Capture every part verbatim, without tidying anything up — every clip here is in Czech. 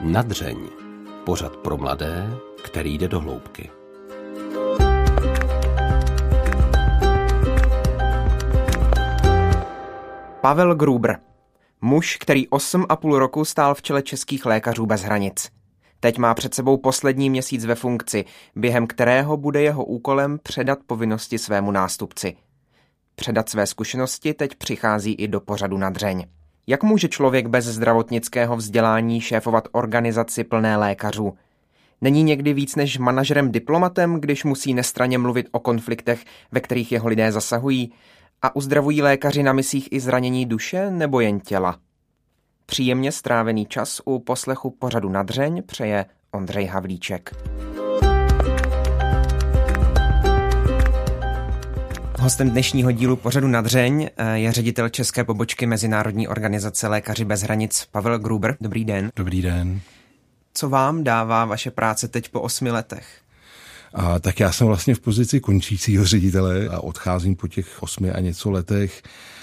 Nadřeň. Pořad pro mladé, který jde do hloubky. Pavel Gruber. Muž, který osm a půl roku stál v čele českých lékařů bez hranic. Teď má před sebou poslední měsíc ve funkci, během kterého bude jeho úkolem předat povinnosti svému nástupci. Předat své zkušenosti teď přichází i do pořadu Nadřeň. Jak může člověk bez zdravotnického vzdělání šéfovat organizaci plné lékařů? Není někdy víc než manažerem diplomatem, když musí nestranně mluvit o konfliktech, ve kterých jeho lidé zasahují? A uzdravují lékaři na misích i zranění duše nebo jen těla? Příjemně strávený čas u poslechu pořadu Nadřeň přeje Ondřej Havlíček. Hostem dnešního dílu pořadu Nadřeň je ředitel české pobočky Mezinárodní organizace Lékaři bez hranic Pavel Gruber. Dobrý den. Dobrý den. Co vám dává vaše práce teď po osmi letech? A tak já jsem vlastně v pozici končícího ředitele a odcházím po těch osmi a něco letech.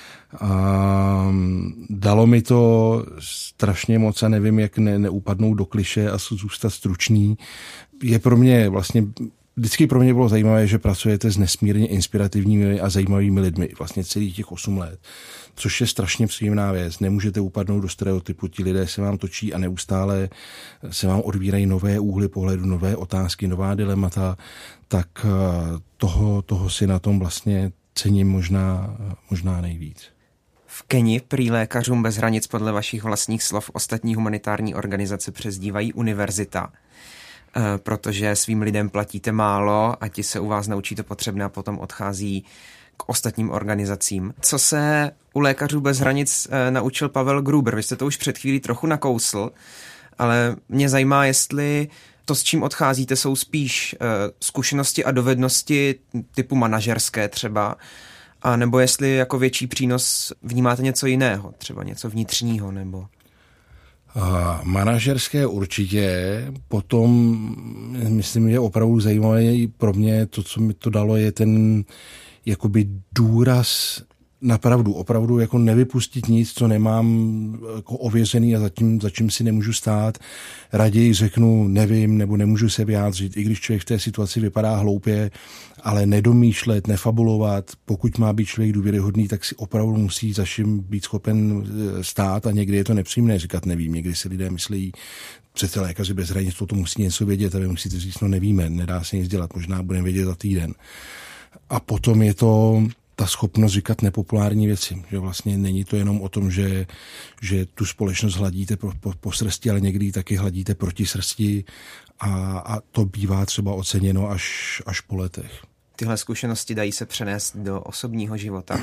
A dalo mi to strašně moc a nevím, jak ne, neupadnout do kliše a zůstat stručný. Je pro mě vlastně, vždycky pro mě bylo zajímavé, že pracujete s nesmírně inspirativními a zajímavými lidmi vlastně celých těch osm let. Což je strašně příjemná věc. Nemůžete upadnout do stereotypu, ti lidé se vám točí a neustále se vám odvírají nové úhly pohledu, nové otázky, nová dilemata, tak toho, toho si na tom vlastně cením možná, možná nejvíc. V Keni prý lékařům bez hranic podle vašich vlastních slov ostatní humanitární organizace přezdívají univerzita, protože svým lidem platíte málo a ti se u vás naučí to potřebné a potom odchází k ostatním organizacím. Co se u lékařů bez hranic naučil Pavel Gruber? Vy jste to už před chvílí trochu nakousl, ale mě zajímá, jestli to, s čím odcházíte, jsou spíš zkušenosti a dovednosti typu manažerské třeba, a nebo jestli jako větší přínos vnímáte něco jiného, třeba něco vnitřního, nebo... A manažerské určitě, potom myslím, je opravdu zajímavé pro mě, to, co mi to dalo, je ten jakoby důraz na pravdu, opravdu jako nevypustit nic, co nemám jako ověřený a za tím, za čím si nemůžu stát. Raději řeknu nevím nebo nemůžu se vyjádřit, i když člověk v té situaci vypadá hloupě, ale nedomýšlet, nefabulovat. Pokud má být člověk důvěryhodný, tak si opravdu musí za čím být schopen stát a někdy je to nepříjemné říkat nevím. Někdy si lidé myslí, přece lékaři bez hranic to musí něco vědět a vy musíte říct, no nevíme, nedá se nic dělat, možná budeme vědět za týden. A potom je to ta schopnost říkat nepopulární věci, že vlastně není to jenom o tom, že, že tu společnost hladíte po, po, po srsti, ale někdy taky hladíte proti srsti a, a to bývá třeba oceněno až, až po letech. Tyhle zkušenosti dají se přenést do osobního života?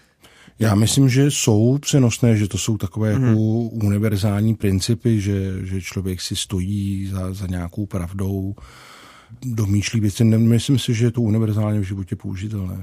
Já myslím, že jsou přenosné, že to jsou takové mm. jako univerzální principy, že, že člověk si stojí za, za nějakou pravdou, domýšlí věci. Myslím si, že je to univerzálně v životě použitelné.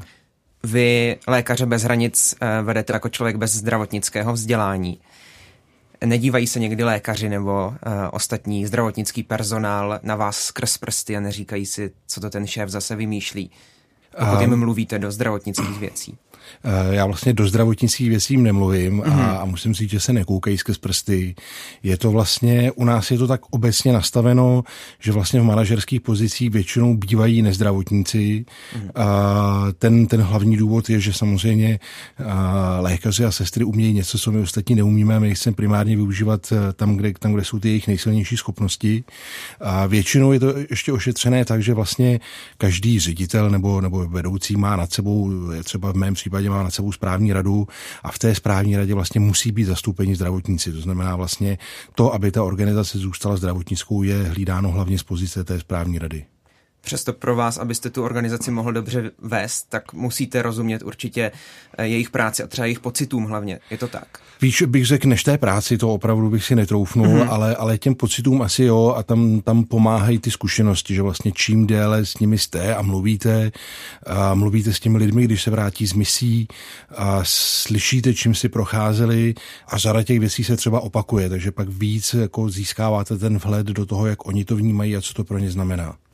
Vy lékaře bez hranic vedete jako člověk bez zdravotnického vzdělání. Nedívají se někdy lékaři nebo uh, ostatní zdravotnický personál na vás skrz prsty a neříkají si, co to ten šéf zase vymýšlí, pokud jim mluvíte do zdravotnických věcí? Já vlastně do zdravotnických věcí nemluvím mm-hmm. a, a musím říct, že se nekoukají skrz prsty. Je to vlastně, u nás je to tak obecně nastaveno, že vlastně v manažerských pozicích většinou bývají nezdravotníci. Mm-hmm. A ten, ten hlavní důvod je, že samozřejmě a lékaři a sestry umějí něco, co my ostatní neumíme a my chceme primárně využívat tam, kde, tam, kde jsou ty jejich nejsilnější schopnosti. A většinou je to ještě ošetřené tak, že vlastně každý ředitel nebo, nebo vedoucí má nad sebou, třeba v mém případě má nad sebou správní radu a v té správní radě vlastně musí být zastoupeni zdravotníci. To znamená vlastně to, aby ta organizace zůstala zdravotnickou, je hlídáno hlavně z pozice té správní rady. Přesto pro vás, abyste tu organizaci mohl dobře vést, tak musíte rozumět určitě jejich práci a třeba jejich pocitům hlavně. Je to tak? Víš, bych řekl, než té práci, to opravdu bych si netroufnul, mm-hmm. ale, ale těm pocitům asi jo a tam, tam pomáhají ty zkušenosti, že vlastně čím déle s nimi jste a mluvíte, a mluvíte s těmi lidmi, když se vrátí z misí a slyšíte, čím si procházeli a řada těch věcí se třeba opakuje, takže pak víc jako získáváte ten vhled do toho, jak oni to vnímají a co to pro ně znamená.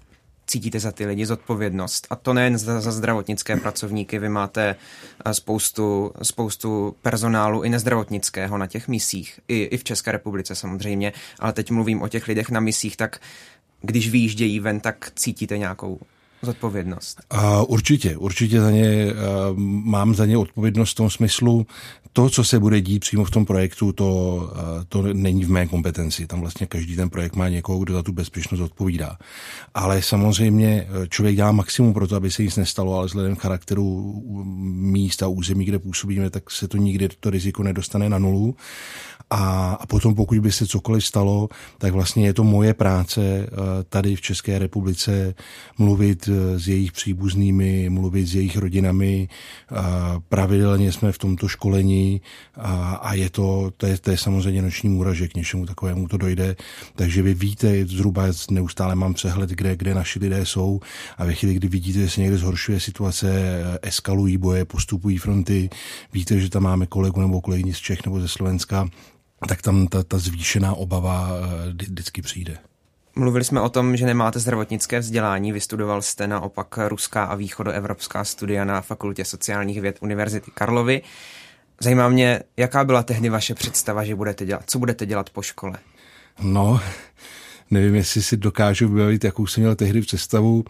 cítíte za ty lidi zodpovědnost. A to nejen za, za zdravotnické pracovníky, vy máte spoustu, spoustu personálu i nezdravotnického na těch misích, i, i v České republice samozřejmě, ale teď mluvím o těch lidech na misích, tak když vyjíždějí ven, tak cítíte nějakou zodpovědnost? Uh, určitě, určitě za ně, uh, mám za ně odpovědnost v tom smyslu, to, co se bude dít přímo v tom projektu, to, uh, to není v mé kompetenci. Tam vlastně každý ten projekt má někoho, kdo za tu bezpečnost odpovídá. Ale samozřejmě člověk dělá maximum pro to, aby se nic nestalo, ale vzhledem k charakteru míst a území, kde působíme, tak se to nikdy to riziko nedostane na nulu. A, a potom, pokud by se cokoliv stalo, tak vlastně je to moje práce tady v České republice mluvit s jejich příbuznými, mluvit s jejich rodinami. Pravidelně jsme v tomto školení a, a je to, to je, to je samozřejmě noční můra, že k něčemu takovému to dojde. Takže vy víte, zhruba neustále mám přehled, kde, kde naši lidé jsou a ve chvíli, kdy vidíte, že se někde zhoršuje situace, eskalují boje, postupují fronty, víte, že tam máme kolegu nebo kolegyni z Čech nebo ze Slovenska, tak tam ta, ta zvýšená obava vždycky přijde. Mluvili jsme o tom, že nemáte zdravotnické vzdělání, vystudoval jste naopak ruská a východoevropská studia na Fakultě sociálních věd Univerzity Karlovy. Zajímá mě, jaká byla tehdy vaše představa, že budete dělat, co budete dělat po škole? No, nevím, jestli si dokážu vybavit, jakou jsem měl tehdy představu.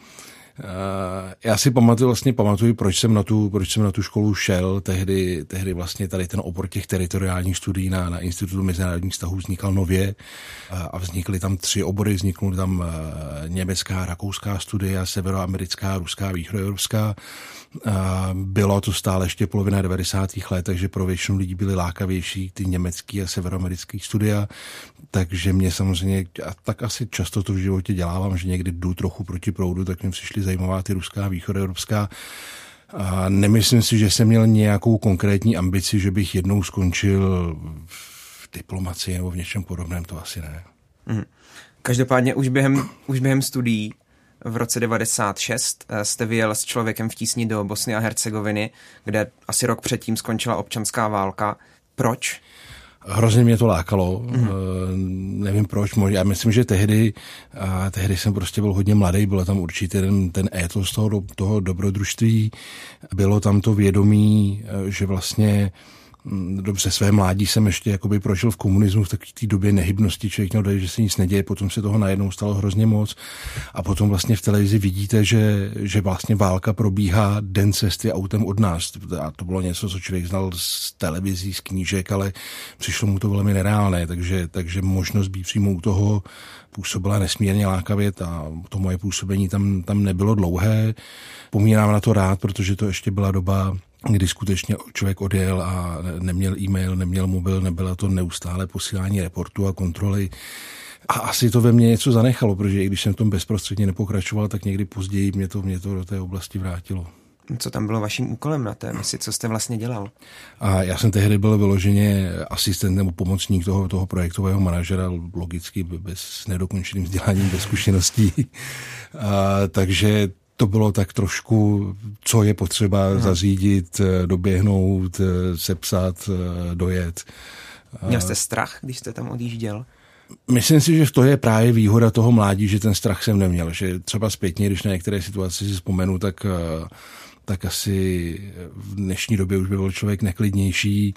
Já si pamatuju, vlastně pamatuju, proč jsem na tu, proč jsem na tu školu šel. Tehdy, tehdy vlastně tady ten obor těch teritoriálních studií na, na Institutu mezinárodních vztahů vznikal nově a vznikly tam tři obory. Vznikly tam německá, rakouská studia, severoamerická, ruská, východoevropská. Bylo to stále ještě polovina devadesátých let, takže pro většinu lidí byly lákavější ty německý a severoamerický studia. Takže mě samozřejmě, a tak asi často to v životě dělávám, že někdy jdu trochu proti proudu, tak mi přišly zajímavá ty ruská, východoevropská. A nemyslím si, že jsem měl nějakou konkrétní ambici, že bych jednou skončil v diplomacii nebo v něčem podobném, to asi ne. Mm. Každopádně už během, už během studií v roce devadesát šest jste vyjel s Člověkem v tísni do Bosny a Hercegoviny, kde asi rok předtím skončila občanská válka. Proč? Hrozně mě to lákalo, mm. nevím proč, já myslím, že tehdy, a tehdy jsem prostě byl hodně mladý, byl tam určitě ten, ten étos toho, toho dobrodružství, bylo tam to vědomí, že vlastně dobře, své mládí jsem ještě jakoby prožil v komunismu v takové té době nehybnosti, člověk měl dojít, že se nic neděje, potom se toho najednou stalo hrozně moc a potom vlastně v televizi vidíte, že, že vlastně válka probíhá den cesty autem od nás. A to bylo něco, co člověk znal z televizí, z knížek, ale přišlo mu to velmi nereálné, takže, takže možnost být přímo u toho působila nesmírně lákavě a to moje působení tam, tam nebylo dlouhé. Pomínám na to rád, protože to ještě byla doba, kdy skutečně člověk odjel a neměl e-mail, neměl mobil, nebylo to neustále posílání reportu a kontroly. A asi to ve mně něco zanechalo, protože i když jsem v tom bezprostředně nepokračoval, tak někdy později mě to, mě to do té oblasti vrátilo. Co tam bylo vaším úkolem na té misi? Co jste vlastně dělal? A já jsem tehdy byl vyloženě asistent nebo pomocník toho, toho projektového manažera, logicky bez nedokončeným vzděláním, bez zkušeností. A, takže to bylo tak trošku, co je potřeba hmm. zařídit, doběhnout, sepsat, dojet. Měl jste strach, když jste tam odjížděl? Myslím si, že to je právě výhoda toho mládí, že ten strach jsem neměl. Že třeba zpětně, když na některé situace si vzpomenu, tak, tak asi v dnešní době už by byl člověk neklidnější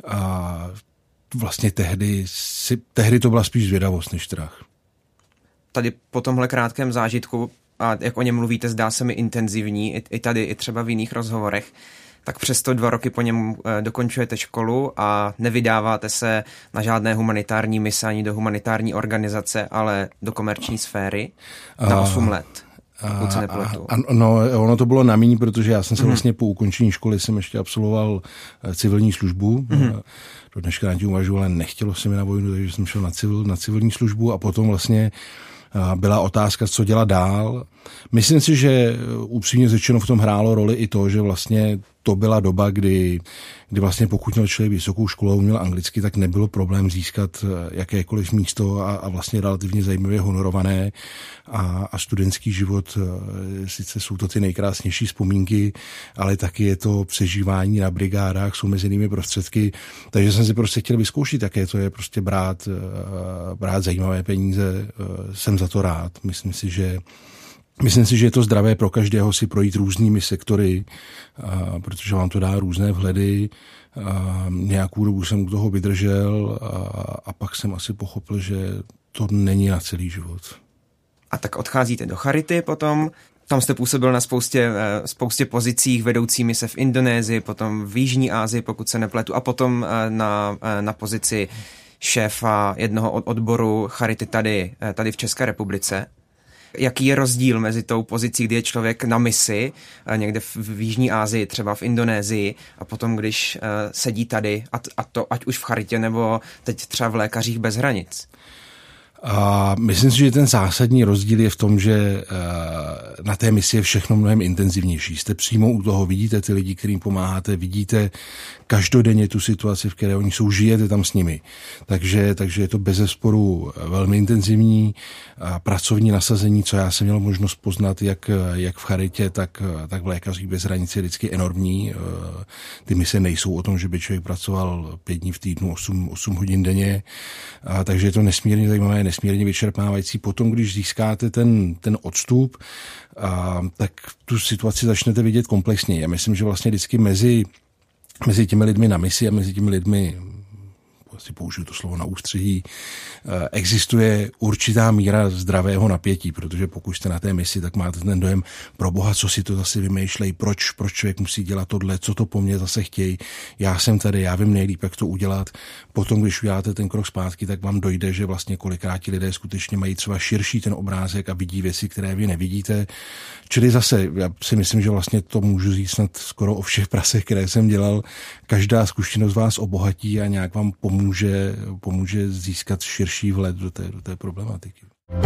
a vlastně tehdy, si, tehdy to byla spíš zvědavost než strach. Tady po tomhle krátkém zážitku, a jak o něm mluvíte, zdá se mi intenzivní, i, i tady, i třeba v jiných rozhovorech, tak přesto dva roky po něm dokončujete školu a nevydáváte se na žádné humanitární mise ani do humanitární organizace, ale do komerční sféry na osm let. Pokud se nepletu. A, a, no, ono to bylo na míň, protože já jsem se mm. vlastně po ukončení školy jsem ještě absolvoval civilní službu. Mm. Do dneška na tím uvažoval, ale nechtělo se mi na vojnu, takže jsem šel na, civil, na civilní službu a potom vlastně byla otázka, co dělat dál. Myslím si, že upřímně řečeno v tom hrálo roli i to, že vlastně to byla doba, kdy, kdy vlastně pokud měl člověk vysokou školu a uměl anglicky, tak nebylo problém získat jakékoliv místo a, a vlastně relativně zajímavě honorované a, a studentský život, sice jsou to ty nejkrásnější vzpomínky, ale taky je to přežívání na brigádách s omezenými prostředky, takže jsem si prostě chtěl vyzkoušet, jaké to je prostě brát, brát zajímavé peníze, jsem za to rád. Myslím si, že Myslím si, že je to zdravé pro každého si projít různými sektory, a, protože vám to dá různé vhledy. A, nějakou dobu jsem u toho vydržel a, a pak jsem asi pochopil, že to není na celý život. A tak odcházíte do charity potom. Tam jste působil na spoustě, spoustě pozicích, vedoucími se v Indonésii, potom v Jižní Asii, pokud se nepletu, a potom na, na pozici šéfa jednoho odboru charity tady, tady v České republice. Jaký je rozdíl mezi tou pozicí, kdy je člověk na misi, někde v Jižní Asii, třeba v Indonésii, a potom, když sedí tady, a to ať už v charitě, nebo teď třeba v Lékařích bez hranic? A myslím si, že ten zásadní rozdíl je v tom, že na té misi je všechno mnohem intenzivnější. Jste přímo u toho, vidíte ty lidi, kterým pomáháte, vidíte každodenně tu situaci, v které oni jsou, žijete tam s nimi. Takže, takže je to bezesporu velmi intenzivní pracovní nasazení, co já jsem měl možnost poznat jak, jak v charitě, tak, tak v Lékařích bez hranic je vždycky enormní. Ty mise nejsou o tom, že by člověk pracoval pět dní v týdnu, osm, osm hodin denně, a takže je to nesmírně zajímavé, nesmírně vyčerpávající. Potom, když získáte ten, ten odstup, a, tak tu situaci začnete vidět komplexněji. Já myslím, že vlastně vždycky mezi, mezi těmi lidmi na misi a mezi těmi lidmi, asi použiju to slovo na ústředí, existuje určitá míra zdravého napětí, protože pokud jste na té misi, tak máte ten dojem, pro boha, co si to zase vymýšlej, proč, proč člověk musí dělat tohle, co to po mně zase chtějí, já jsem tady, já vím nejlíp, jak to udělat. Potom, když uděláte ten krok zpátky, tak vám dojde, že vlastně kolikrát ti lidé skutečně mají třeba širší ten obrázek a vidí věci, které vy nevidíte. Čili zase, já si myslím, že vlastně to můžu říct snad skoro o všech pracech, které jsem dělal. Každá zkušenost vás obohatí a nějak vám pomůže, pomůže získat širší vhled do té, do té problematiky.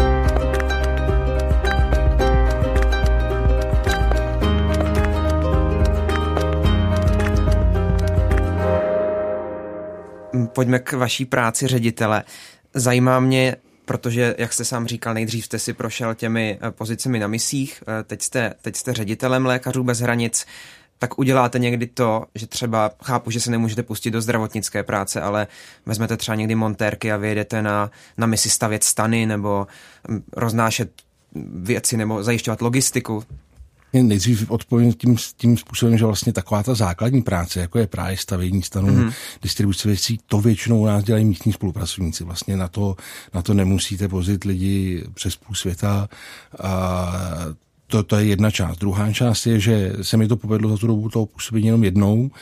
Pojďme k vaší práci ředitele. Zajímá mě, protože, jak jste sám říkal, nejdřív jste si prošel těmi pozicemi na misích, teď jste, teď jste ředitelem Lékařů bez hranic, tak uděláte někdy to, že třeba, chápu, že se nemůžete pustit do zdravotnické práce, ale vezmete třeba někdy montérky a vyjedete na, na misi stavět stany nebo roznášet věci nebo zajišťovat logistiku. Nejdřív odpovím tím, tím způsobem, že vlastně taková ta základní práce, jako je právě stavění stanů, mm-hmm. distribuce věcí, to většinou u nás dělají místní spolupracovníci. Vlastně na to, na to nemusíte vozit lidi přes půl světa. A to, to je jedna část. Druhá část je, že se mi to povedlo za tu dobu toho působení jenom jednou.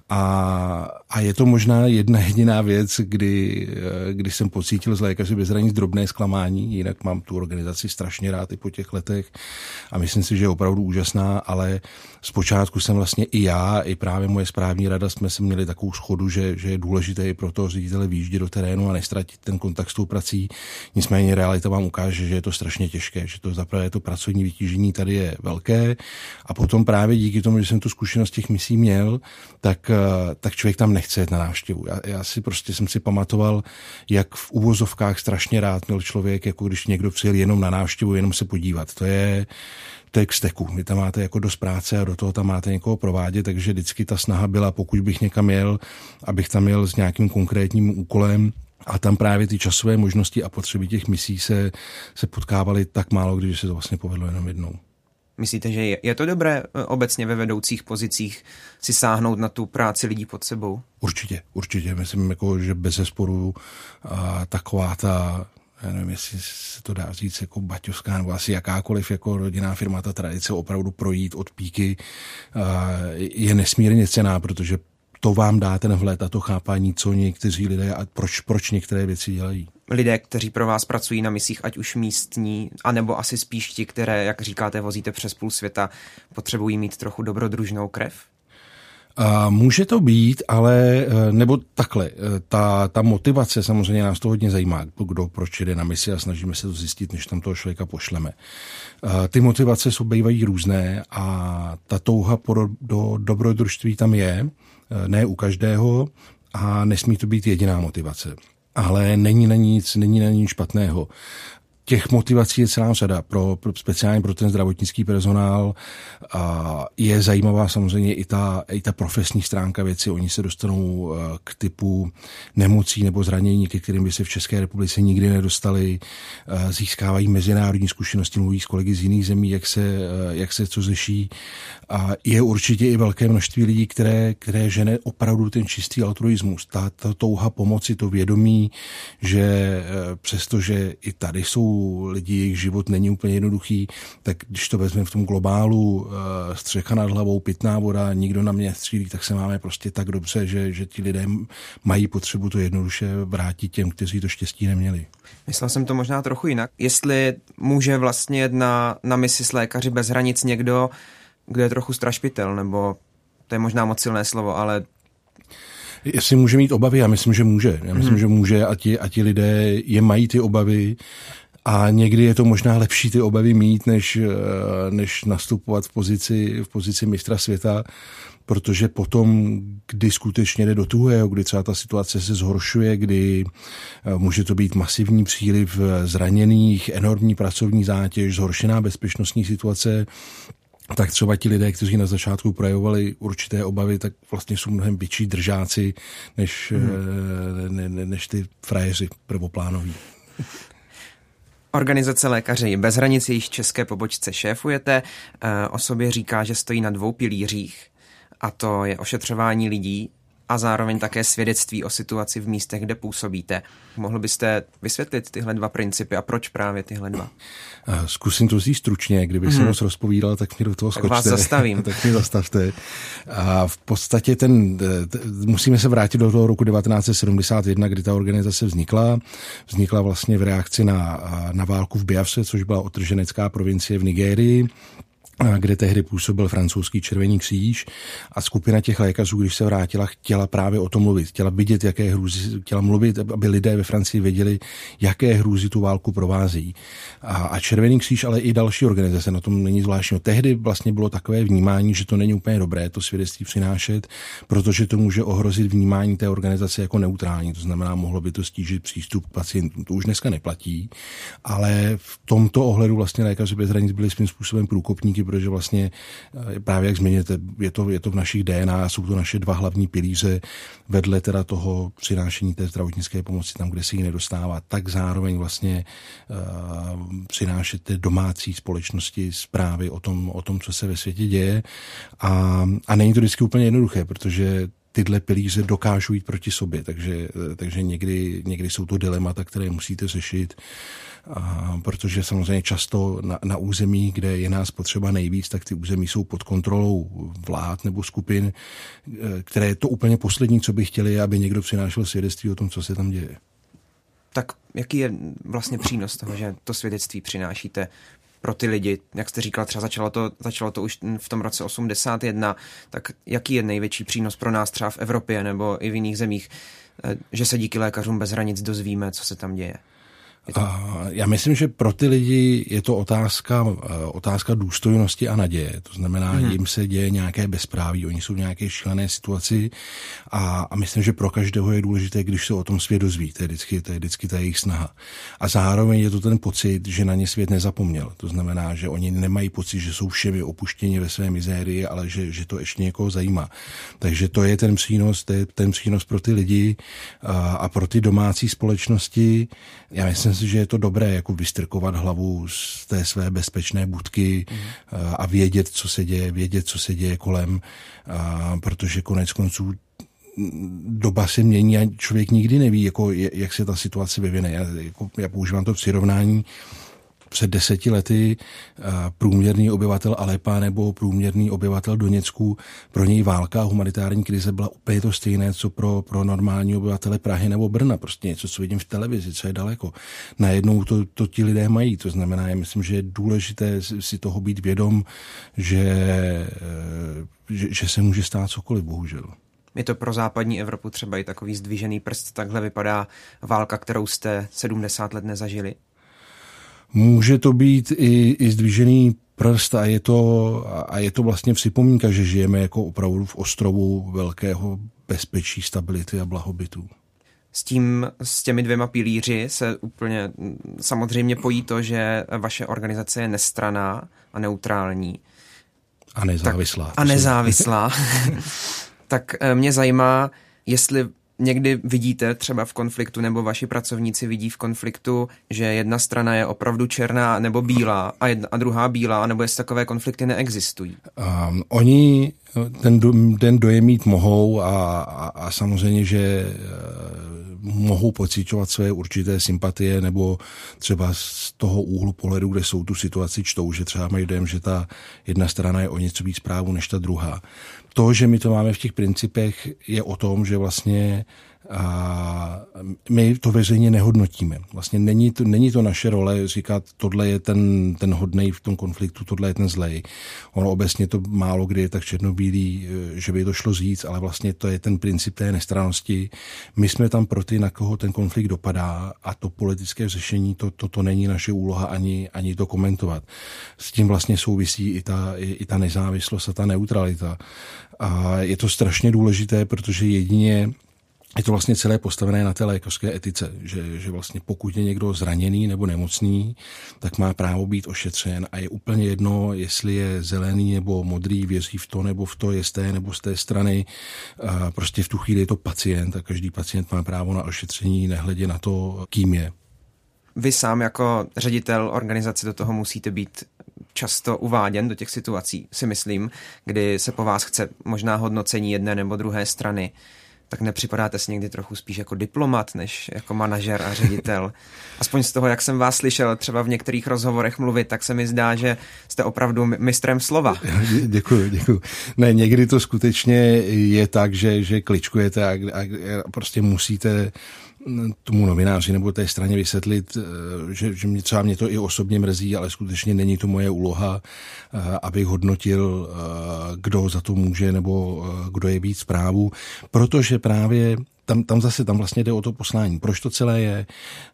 A, a je to možná jedna jediná věc, kdy, kdy jsem pocítil z Lékaři bez hranic drobné zklamání, jinak mám tu organizaci strašně rád i po těch letech a myslím si, že je opravdu úžasná, ale zpočátku jsem vlastně i já, i právě moje správní rada jsme se měli takovou shodu, že, že je důležité i pro toho ředitele výjíždět do terénu a nestratit ten kontakt s tou prací. Nicméně realita vám ukáže, že je to strašně těžké, že to zaprvé to pracovní vytížení tady je velké a potom právě díky tomu, že jsem tu zkušenost těch misí měl, tak tak člověk tam nechce jít na návštěvu. Já, já si prostě jsem si pamatoval, jak v uvozovkách strašně rád měl člověk, jako když někdo přijel jenom na návštěvu, jenom se podívat. To je, to je k steku. Vy tam máte jako dost práce a do toho tam máte někoho provádět, takže vždycky ta snaha byla, pokud bych někam jel, abych tam jel s nějakým konkrétním úkolem. A tam právě ty časové možnosti a potřeby těch misí se, se potkávaly tak málo, když se to vlastně povedlo jenom jednou. Myslíte, že je, je to dobré obecně ve vedoucích pozicích si sáhnout na tu práci lidí pod sebou? Určitě, určitě. Myslím, jako, že bezesporu a taková ta, já nevím, jestli se to dá říct, jako baťovská nebo asi jakákoliv jako rodinná firma, ta tradice opravdu projít od píky je nesmírně cenná, protože to vám dá ten vhled a to chápání, co někteří lidé a proč, proč některé věci dělají. Lidé, kteří pro vás pracují na misích, ať už místní, anebo asi spíš ti, které, jak říkáte, vozíte přes půl světa, potřebují mít trochu dobrodružnou krev? A může to být, ale nebo takhle, ta, ta motivace samozřejmě nás to hodně zajímá, kdo proč jde na misi a snažíme se to zjistit, než tam toho člověka pošleme. A ty motivace jsou bývají různé a ta touha do, do dobrodružství tam je, ne u každého a nesmí to být jediná motivace. Ale není na nic, není na nic špatného. těch motivací je celá řada. Pro, pro speciálně pro ten zdravotnický personál a je zajímavá samozřejmě i ta, i ta profesní stránka věci. Oni se dostanou k typu nemocí nebo zranění, ke kterým by se v České republice nikdy nedostali. Získávají mezinárodní zkušenosti, mluví s kolegy z jiných zemí, jak se, jak se co řeší. A je určitě i velké množství lidí, které, které žene opravdu ten čistý altruismus. Ta, ta touha pomoci, to vědomí, že přestože i tady jsou lidi, jejich život není úplně jednoduchý, tak když to vezmeme v tom globálu, střecha nad hlavou, pitná voda, nikdo na mě střílí, tak se máme prostě tak dobře, že, že ti lidé mají potřebu to jednoduše vrátit těm, kteří to štěstí neměli. Myslel jsem to možná trochu jinak. Jestli může vlastně jet na, na misi s Lékaři bez hranic někdo, kdo je trochu strašpitel, nebo to je možná moc silné slovo, ale jestli může mít obavy, já myslím, že může. Já myslím, hmm. že může a ti, a ti lidé je mají ty obavy a někdy je to možná lepší ty obavy mít, než, než nastupovat v pozici, v pozici mistra světa, protože potom, kdy skutečně jde do tuhého, kdy třeba ta situace se zhoršuje, kdy může to být masivní příliv zraněných, enormní pracovní zátěž, zhoršená bezpečnostní situace, tak třeba ti lidé, kteří na začátku projevovali určité obavy, tak vlastně jsou mnohem větší držáci, než, hmm. ne, ne, než ty frajeři prvoplánoví. Organizace Lékaři bez hranic, jejíž české pobočce šéfujete, o sobě říká, že stojí na dvou pilířích, a to je ošetřování lidí a zároveň také svědectví o situaci v místech, kde působíte. Mohl byste vysvětlit tyhle dva principy a proč právě tyhle dva? Zkusím to říct stručně, kdyby hmm. se moc rozpovídal, tak mi do toho skočte. Tak vás zastavím. Tak mě zastavte. A v podstatě ten, t, musíme se vrátit do toho roku devatenáct set sedmdesát jedna, kdy ta organizace vznikla. Vznikla vlastně v reakci na, na válku v Biafře, což byla odtrženecká provincie v Nigérii, kde tehdy působil francouzský Červený kříž, a skupina těch lékařů, když se vrátila, chtěla právě o tom mluvit. Chtěla vidět, jaké hrůzy, chtěla mluvit, aby lidé ve Francii věděli, jaké hrůzy tu válku provázejí. A, a Červený kříž, ale i další organizace, na tom není zvláštního. Tehdy vlastně bylo takové vnímání, že to není úplně dobré to svědectví přinášet, protože to může ohrozit vnímání té organizace jako neutrální. To znamená, mohlo by to stížit přístup k pacientům. To už dneska neplatí, ale v tomto ohledu vlastně Lékaři bez hranic byli svým způsobem průkopníky, protože vlastně právě jak změníte, je to, je to v našich D N A, jsou to naše dva hlavní pilíře, vedle teda toho přinášení té zdravotnické pomoci tam, kde se jí nedostává, tak zároveň vlastně uh, přinášet té domácí společnosti zprávy o tom, o tom, co se ve světě děje. A, a není to vždycky úplně jednoduché, protože tyhle pilíře dokážou jít proti sobě, takže, takže někdy, někdy jsou to dilemata, které musíte řešit, a protože samozřejmě často na, na území, kde je nás potřeba nejvíc, tak ty území jsou pod kontrolou vlád nebo skupin, které je to úplně poslední, co by chtěli, aby někdo přinášel svědectví o tom, co se tam děje. Tak jaký je vlastně přínos toho, že to svědectví přinášíte pro ty lidi? Jak jste říkala, třeba začalo to, začalo to už v tom roce osmdesát jedna, tak jaký je největší přínos pro nás třeba v Evropě nebo i v jiných zemích, že se díky Lékařům bez hranic dozvíme, co se tam děje? To... Já myslím, že pro ty lidi je to otázka, otázka důstojnosti a naděje. To znamená, hmm. jim se děje nějaké bezpráví, oni jsou v nějaké šílené situaci a, a myslím, že pro každého je důležité, když se o tom svět dozví. To je vždycky, to je vždycky ta jejich snaha. A zároveň je to ten pocit, že na ně svět nezapomněl. To znamená, že oni nemají pocit, že jsou všemi opuštěni ve své mizérii, ale že, že to ještě někoho zajímá. Takže to je ten přínos, to je ten přínos pro ty lidi a, a pro ty domácí společnosti. Já myslím si, že je to dobré jako vystrkovat hlavu z té své bezpečné budky mm. a vědět, co se děje, vědět, co se děje kolem, a protože konec konců doba se mění a člověk nikdy neví, jako, jak se ta situace vyvine. Já, jako, já používám to přirovnání. Před deseti lety průměrný obyvatel Alepa nebo průměrný obyvatel Doněcku, pro něj válka a humanitární krize byla úplně to stejné, co pro, pro normální obyvatele Prahy nebo Brna. Prostě něco, co vidím v televizi, co je daleko. Najednou to, to ti lidé mají. To znamená, já myslím, že je důležité si toho být vědom, že, že, že se může stát cokoliv, bohužel. Je to pro západní Evropu třeba i takový zdvižený prst, takhle vypadá válka, kterou jste sedmdesát let nezažili? Může to být i, i zdvižený prst a je, to, a je to vlastně připomínka, že žijeme jako opravdu v ostrovu velkého bezpečí, stability a blahobytu. S tím, s těmi dvěma pilíři se úplně samozřejmě pojí to, že vaše organizace je nestranná a neutrální. A nezávislá. Tak, a nezávislá. Tak mě zajímá, jestli někdy vidíte třeba v konfliktu, nebo vaši pracovníci vidí v konfliktu, že jedna strana je opravdu černá nebo bílá a, jedna, a druhá bílá, nebo jestli takové konflikty neexistují. Um, oni ten, do, ten dojem mít mohou a, a, a samozřejmě, že uh, mohou pociťovat své určité sympatie nebo třeba z toho úhlu pohledu, kde jsou tu situaci čtou, že třeba mají dojem, že ta jedna strana je o něco víc právu než ta druhá. To, že my to máme v těch principech, je o tom, že vlastně a my to veřejně nehodnotíme. Vlastně není to, není to naše role říkat, tohle je ten, ten hodnej v tom konfliktu, tohle je ten zlej. Ono obecně to málo kdy je tak černobílý, že by to šlo říct, ale vlastně to je ten princip té nestrannosti. My jsme tam pro ty, na koho ten konflikt dopadá, a to politické řešení, to, to, to není naše úloha ani, ani to komentovat. S tím vlastně souvisí i ta, i, i ta nezávislost a ta neutralita. A je to strašně důležité, protože jedině je to vlastně celé postavené na té lékařské etice, že, že vlastně pokud je někdo zraněný nebo nemocný, tak má právo být ošetřen a je úplně jedno, jestli je zelený nebo modrý, věří v to nebo v to, je z té nebo z té strany. A prostě v tu chvíli je to pacient a každý pacient má právo na ošetření, nehledě na to, kým je. Vy sám jako ředitel organizace do toho musíte být často uváděn do těch situací, si myslím, kdy se po vás chce možná hodnocení jedné nebo druhé strany. Tak nepřipadáte si někdy trochu spíš jako diplomat, než jako manažer a ředitel. Aspoň z toho, jak jsem vás slyšel třeba v některých rozhovorech mluvit, tak se mi zdá, že jste opravdu mistrem slova. Děkuji, děkuji. Ne, někdy to skutečně je tak, že, že kličkujete a, a, a prostě musíte tomu novináři nebo té straně vysvětlit, že, že mě třeba mě to i osobně mrzí, ale skutečně není to moje úloha, abych hodnotil, kdo za to může nebo kdo je víc právu, protože právě tam, tam zase tam vlastně jde o to poslání. Proč to celé je?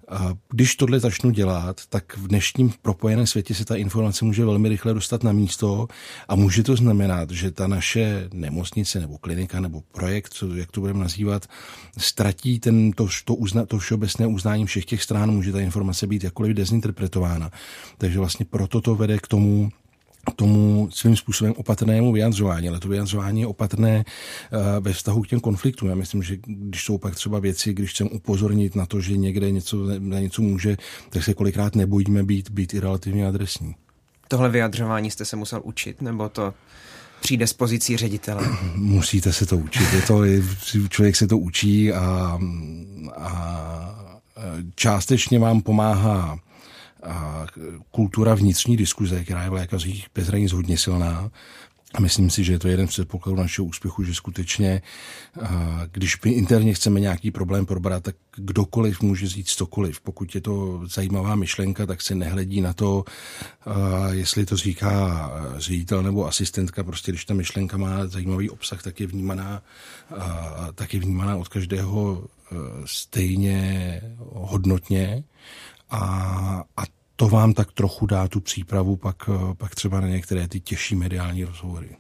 Když tohle začnu dělat, tak v dnešním propojeném světě se ta informace může velmi rychle dostat na místo a může to znamenat, že ta naše nemocnice nebo klinika nebo projekt, co, jak to budeme nazývat, ztratí ten, to, to, uzna, to všeobecné uznání všech těch stran, může ta informace být jakkoliv dezinterpretována. Takže vlastně proto to vede k tomu, tomu svým způsobem opatrnému vyjadřování, ale to vyjadřování je opatrné uh, ve vztahu k těm konfliktům. Já myslím, že když jsou pak třeba věci, když chcem upozornit na to, že někde něco, na něco může, tak se kolikrát nebojíme být, být i relativně adresní. Tohle vyjadřování jste se musel učit, nebo to přijde z pozicí ředitele? Musíte se to učit. Je to, člověk se to učí a, a částečně vám pomáhá a kultura vnitřní diskuze, která je v lékařích bez hranic hodně silná. A myslím si, že je to jeden z předpokladů našeho úspěchu, že skutečně, když my interně chceme nějaký problém probrat, tak kdokoliv může říct cokoliv. Pokud je to zajímavá myšlenka, tak se nehledí na to, jestli to říká ředitel nebo asistentka. Prostě když ta myšlenka má zajímavý obsah, tak je vnímaná, tak je vnímaná od každého stejně hodnotně. A, a to vám tak trochu dá tu přípravu pak, pak třeba na některé ty těžší mediální rozhovory.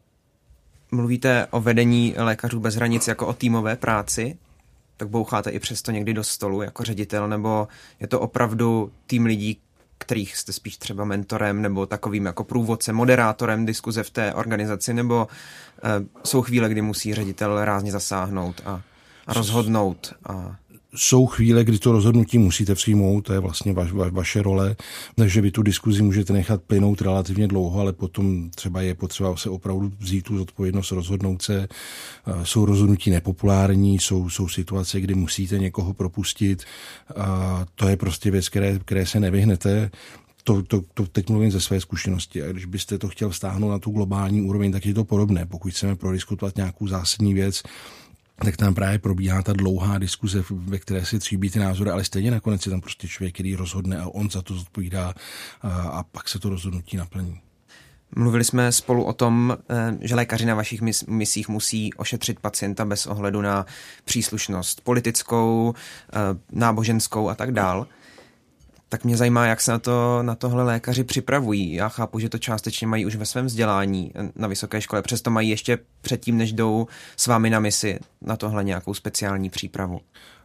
Mluvíte o vedení Lékařů bez hranic jako o týmové práci, tak boucháte i přesto někdy do stolu jako ředitel, nebo je to opravdu tým lidí, kterých jste spíš třeba mentorem nebo takovým jako průvodcem, moderátorem diskuze v té organizaci, nebo uh, jsou chvíle, kdy musí ředitel rázně zasáhnout a, a rozhodnout a... Jsou chvíle, kdy to rozhodnutí musíte přijmout, to je vlastně vaš, va, vaše role, takže vy tu diskuzi můžete nechat plynout relativně dlouho, ale potom třeba je potřeba se opravdu vzít tu zodpovědnost, rozhodnout se. Jsou rozhodnutí nepopulární, jsou, jsou situace, kdy musíte někoho propustit. A to je prostě věc, které, které se nevyhnete. To, to, to teď mluvím ze své zkušenosti. A když byste to chtěl vztáhnout na tu globální úroveň, tak je to podobné. Pokud chceme prodiskutovat nějakou zásadní věc, tak tam právě probíhá ta dlouhá diskuze, ve které se tříbí ty názory, ale stejně nakonec je tam prostě člověk, který rozhodne a on za to zodpovídá a, a pak se to rozhodnutí naplní. Mluvili jsme spolu o tom, že lékaři na vašich mis- misích musí ošetřit pacienta bez ohledu na příslušnost politickou, náboženskou a tak dál. Tak mě zajímá, jak se na, to, na tohle lékaři připravují. Já chápu, že to částečně mají už ve svém vzdělání na vysoké škole, přesto mají ještě předtím, než jdou s vámi na misi, na tohle nějakou speciální přípravu.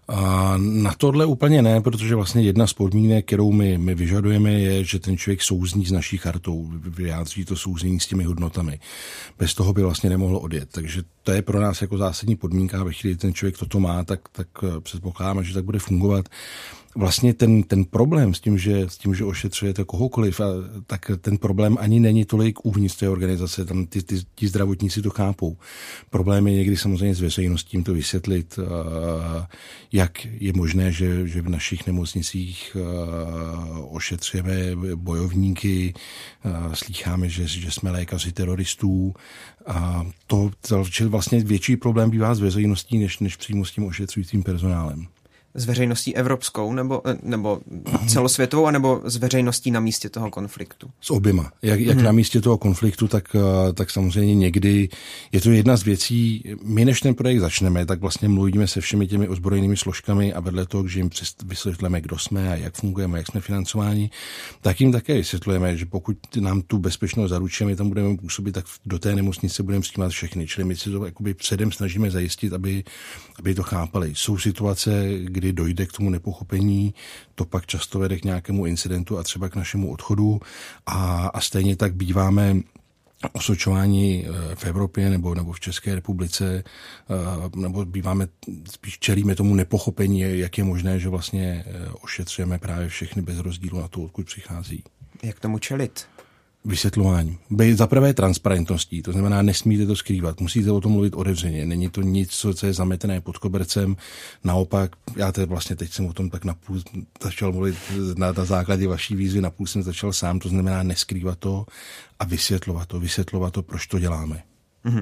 A na tohle úplně ne, protože vlastně jedna z podmínek, kterou my, my vyžadujeme, je, že ten člověk souzní s naší chartou, vyjádří to souznění s těmi hodnotami. Bez toho by vlastně nemohlo odjet. Takže to je pro nás jako zásadní podmínka, ve chvíli, kdy ten člověk toto má, tak, tak předpokládáme, že tak bude fungovat. Vlastně ten, ten problém s tím, že, s tím, že ošetřujete kohokoliv, a, tak ten problém ani není tolik uvnitř té organizace, tam ty, ty, ty zdravotníci to chápou. Problém je někdy samozřejmě s veřejností jim to vysvětlit, a, jak je možné, že, že v našich nemocnicích a, ošetřujeme bojovníky, a, slýcháme, že, že jsme lékaři teroristů. A to, to vlastně větší problém bývá s veřejností, než, než přímo s tím ošetřujícím personálem. S veřejností evropskou nebo, nebo celosvětovou, anebo s veřejností na místě toho konfliktu? S oběma. Jak, jak hmm. na místě toho konfliktu, tak, tak samozřejmě někdy je to jedna z věcí. My než ten projekt začneme, tak vlastně mluvíme se všemi těmi ozbrojenými složkami a vedle toho, že jim vysvětlíme, kdo jsme a jak fungujeme, jak jsme financováni, tak jim také vysvětlujeme, že pokud nám tu bezpečnost zaručíme, tam budeme působit, tak do té nemocnice budeme přijímat všechny. Čili my si to jakoby předem snažíme zajistit, aby, aby to chápali. Jsou situace, kdy dojde k tomu nepochopení, to pak často vede k nějakému incidentu a třeba k našemu odchodu a, a stejně tak býváme osočování v Evropě nebo, nebo v České republice, nebo býváme, spíš čelíme tomu nepochopení, jak je možné, že vlastně ošetřujeme právě všechny bez rozdílu na to, odkud přichází. Jak tomu čelit? Vysvětlování. Za prvé transparentností, to znamená, nesmíte to skrývat, musíte o tom mluvit otevřeně, není to nic, co je zametené pod kobercem, naopak, já teď vlastně teď jsem o tom tak napůl začal mluvit na, na základě vaší výzvy, napůl jsem začal sám, to znamená neskrývat to a vysvětlovat to, vysvětlovat to, proč to děláme. Mm-hmm.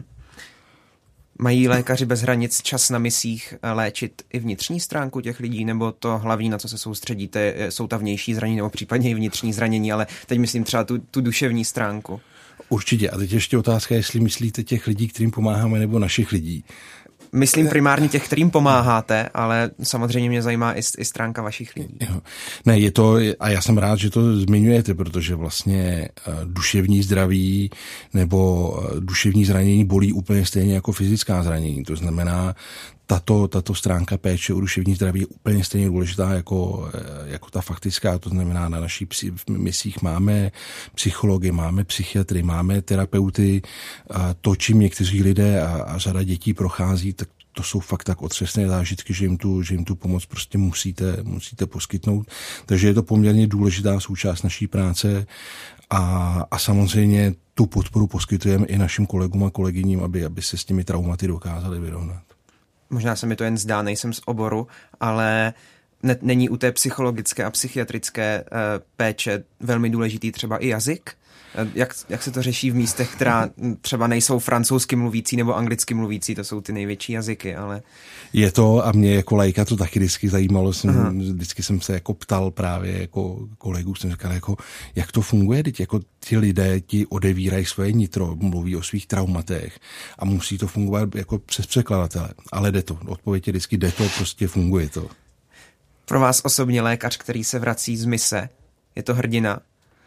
Mají lékaři bez hranic čas na misích léčit i vnitřní stránku těch lidí, nebo to hlavní, na co se soustředíte, jsou ta vnější zranění nebo případně i vnitřní zranění, ale teď myslím třeba tu, tu duševní stránku. Určitě. A teď ještě otázka, jestli myslíte těch lidí, kterým pomáháme, nebo našich lidí. Myslím primárně těch, kterým pomáháte, ale samozřejmě mě zajímá i, i stránka vašich lidí. Jo. Ne, je to, a já jsem rád, že to zmiňujete, protože vlastně duševní zdraví nebo duševní zranění bolí úplně stejně jako fyzická zranění. To znamená, tato, tato stránka péče o duševní zdraví je úplně stejně důležitá jako, jako ta faktická. To znamená, na našich misích máme psychology, máme psychiatry, máme terapeuty. A to, čím někteří lidé a, a řada dětí prochází, tak to jsou fakt tak otřesné zážitky, že jim tu, že jim tu pomoc prostě musíte, musíte poskytnout. Takže je to poměrně důležitá součást naší práce a, a samozřejmě tu podporu poskytujeme i našim kolegům a kolegyním, aby, aby se s těmi traumaty dokázali vyrovnat. Možná se mi to jen zdá, nejsem z oboru, ale ne, není u té psychologické a psychiatrické uh, péče velmi důležitý třeba i jazyk? Jak, jak se to řeší v místech, která třeba nejsou francouzsky mluvící nebo anglicky mluvící, to jsou ty největší jazyky, ale... Je to a mě jako laika to taky vždycky zajímalo, jsem, vždycky jsem se jako ptal právě jako kolegů, jsem říkal, jako, jak to funguje, teď jako ti lidé ti odevírají svoje nitro, mluví o svých traumatech a musí to fungovat jako přes překladatele, ale jde to, odpověď je vždycky jde to, prostě funguje to. Pro vás osobně lékař, který se vrací z mise, je to hrdina?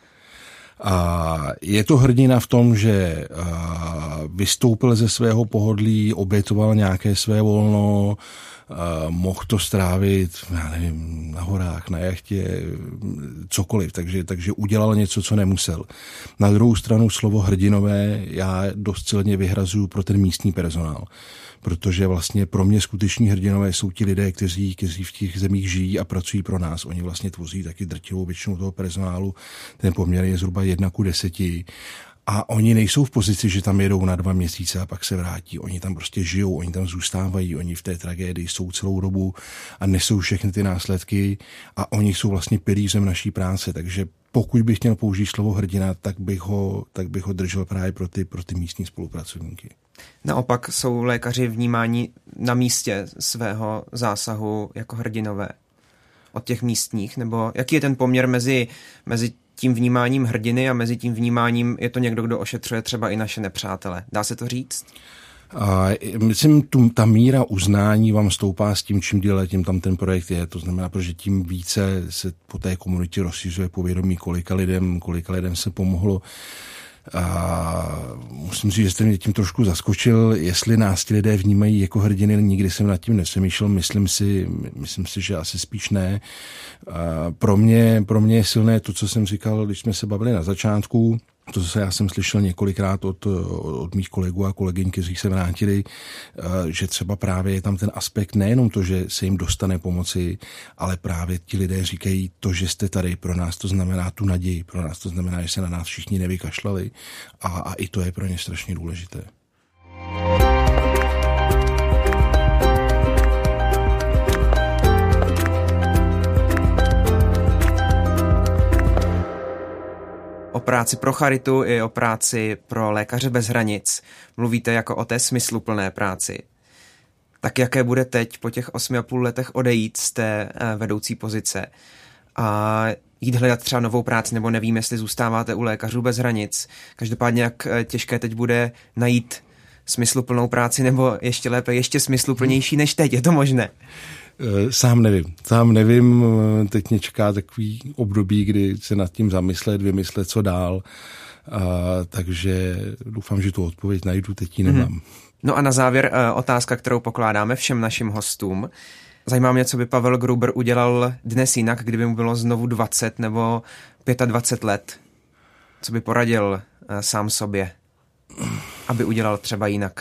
A je to hrdina v tom, že vystoupil ze svého pohodlí, obětoval nějaké své volno, mohl to strávit, já nevím, na horách, na jachtě, cokoliv, takže, takže udělal něco, co nemusel. Na druhou stranu slovo hrdinové já dost silně vyhrazuju pro ten místní personál, protože vlastně pro mě skuteční hrdinové jsou ti lidé, kteří, kteří v těch zemích žijí a pracují pro nás. Oni vlastně tvoří taky drtivou většinu toho personálu, ten poměr je zhruba jedna ku deseti. A oni nejsou v pozici, že tam jedou na dva měsíce a pak se vrátí. Oni tam prostě žijou, oni tam zůstávají, oni v té tragédii jsou celou dobu a nesou všechny ty následky a oni jsou vlastně pilířem naší práce. Takže pokud bych měl použít slovo hrdina, tak bych ho, tak bych ho držel právě pro ty, pro ty místní spolupracovníky. Naopak jsou lékaři vnímáni na místě svého zásahu jako hrdinové od těch místních, nebo jaký je ten poměr mezi, mezi tím vnímáním hrdiny a mezi tím vnímáním je to někdo, kdo ošetřuje třeba i naše nepřátele. Dá se to říct? A myslím, tu, ta míra uznání vám stoupá s tím, čím díle tím tam ten projekt je. To znamená, protože tím více se po té komunitě rozšiřuje povědomí, kolika lidem, kolika lidem se pomohlo. A musím říct, že jste mě tím trošku zaskočil, jestli nás ti lidé vnímají jako hrdiny, nikdy jsem nad tím nepřemýšlel, myslím si, myslím si, že asi spíš ne. A pro mě, pro mě je silné to, co jsem říkal, když jsme se bavili na začátku, to, co já jsem slyšel několikrát od, od mých kolegů a kolegyň, kteří se vrátili, že třeba právě je tam ten aspekt nejenom to, že se jim dostane pomoci, ale právě ti lidé říkají to, že jste tady, pro nás to znamená tu naději, pro nás to znamená, že se na nás všichni nevykašlali a, a i to je pro ně strašně důležité. O práci pro charitu i o práci pro Lékaře bez hranic mluvíte jako o té smysluplné práci. Tak jaké bude teď po těch osmi a půl letech odejít z té vedoucí pozice a jít hledat třeba novou práci, nebo nevím, jestli zůstáváte u Lékařů bez hranic. Každopádně jak těžké teď bude najít smysluplnou práci, nebo ještě lépe, ještě smysluplnější než teď, je to možné? Sám nevím. Sám nevím, teď mě čeká takový období, kdy se nad tím zamyslet, vymyslet, co dál. A, takže doufám, že tu odpověď najdu, teď ji nemám. Hmm. No a na závěr otázka, kterou pokládáme všem našim hostům. Zajímá mě, co by Pavel Gruber udělal dnes jinak, kdyby mu bylo znovu dvacet nebo dvacet pět let. Co by poradil sám sobě, aby udělal třeba jinak?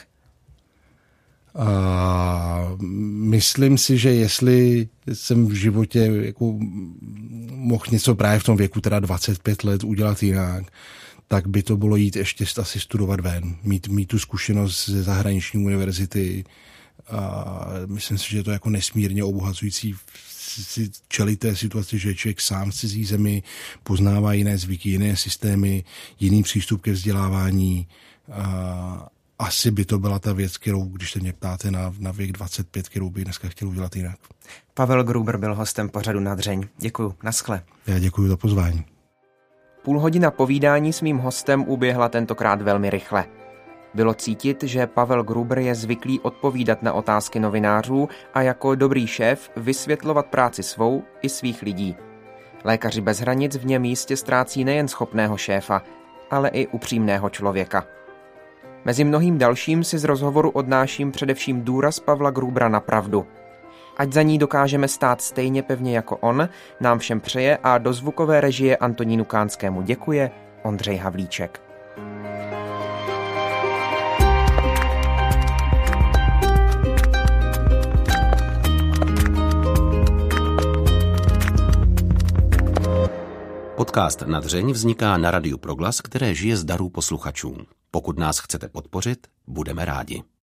A myslím si, že jestli jsem v životě jako mohl něco právě v tom věku, teda dvacet pět let, udělat jinak, tak by to bylo jít ještě asi studovat ven, mít, mít tu zkušenost ze zahraniční univerzity. A myslím si, že je to jako nesmírně obohacující si čelit té situaci, že člověk sám v cizí zemi poznává jiné zvyky, jiné systémy, jiný přístup ke vzdělávání. A asi by to byla ta věc, kterou, když se mě ptáte na, na věk dvacet pět, kterou bych dneska chtěl udělat jinak. Pavel Gruber byl hostem pořadu Nadřeň. Děkuju, naschle. Já děkuji za pozvání. Půl hodina povídání s mým hostem uběhla tentokrát velmi rychle. Bylo cítit, že Pavel Gruber je zvyklý odpovídat na otázky novinářů a jako dobrý šéf vysvětlovat práci svou i svých lidí. Lékaři bez hranic v něm jistě ztrácí nejen schopného šéfa, ale i upřímného člověka. Mezi mnohým dalším si z rozhovoru odnáším především důraz Pavla Grubera na pravdu. Ať za ní dokážeme stát stejně pevně jako on, nám všem přeje a do zvukové režie Antonínu Kánskému děkuje Ondřej Havlíček. Podcast Nadřeň vzniká na Radiu Proglas, které žije z darů posluchačů. Pokud nás chcete podpořit, budeme rádi.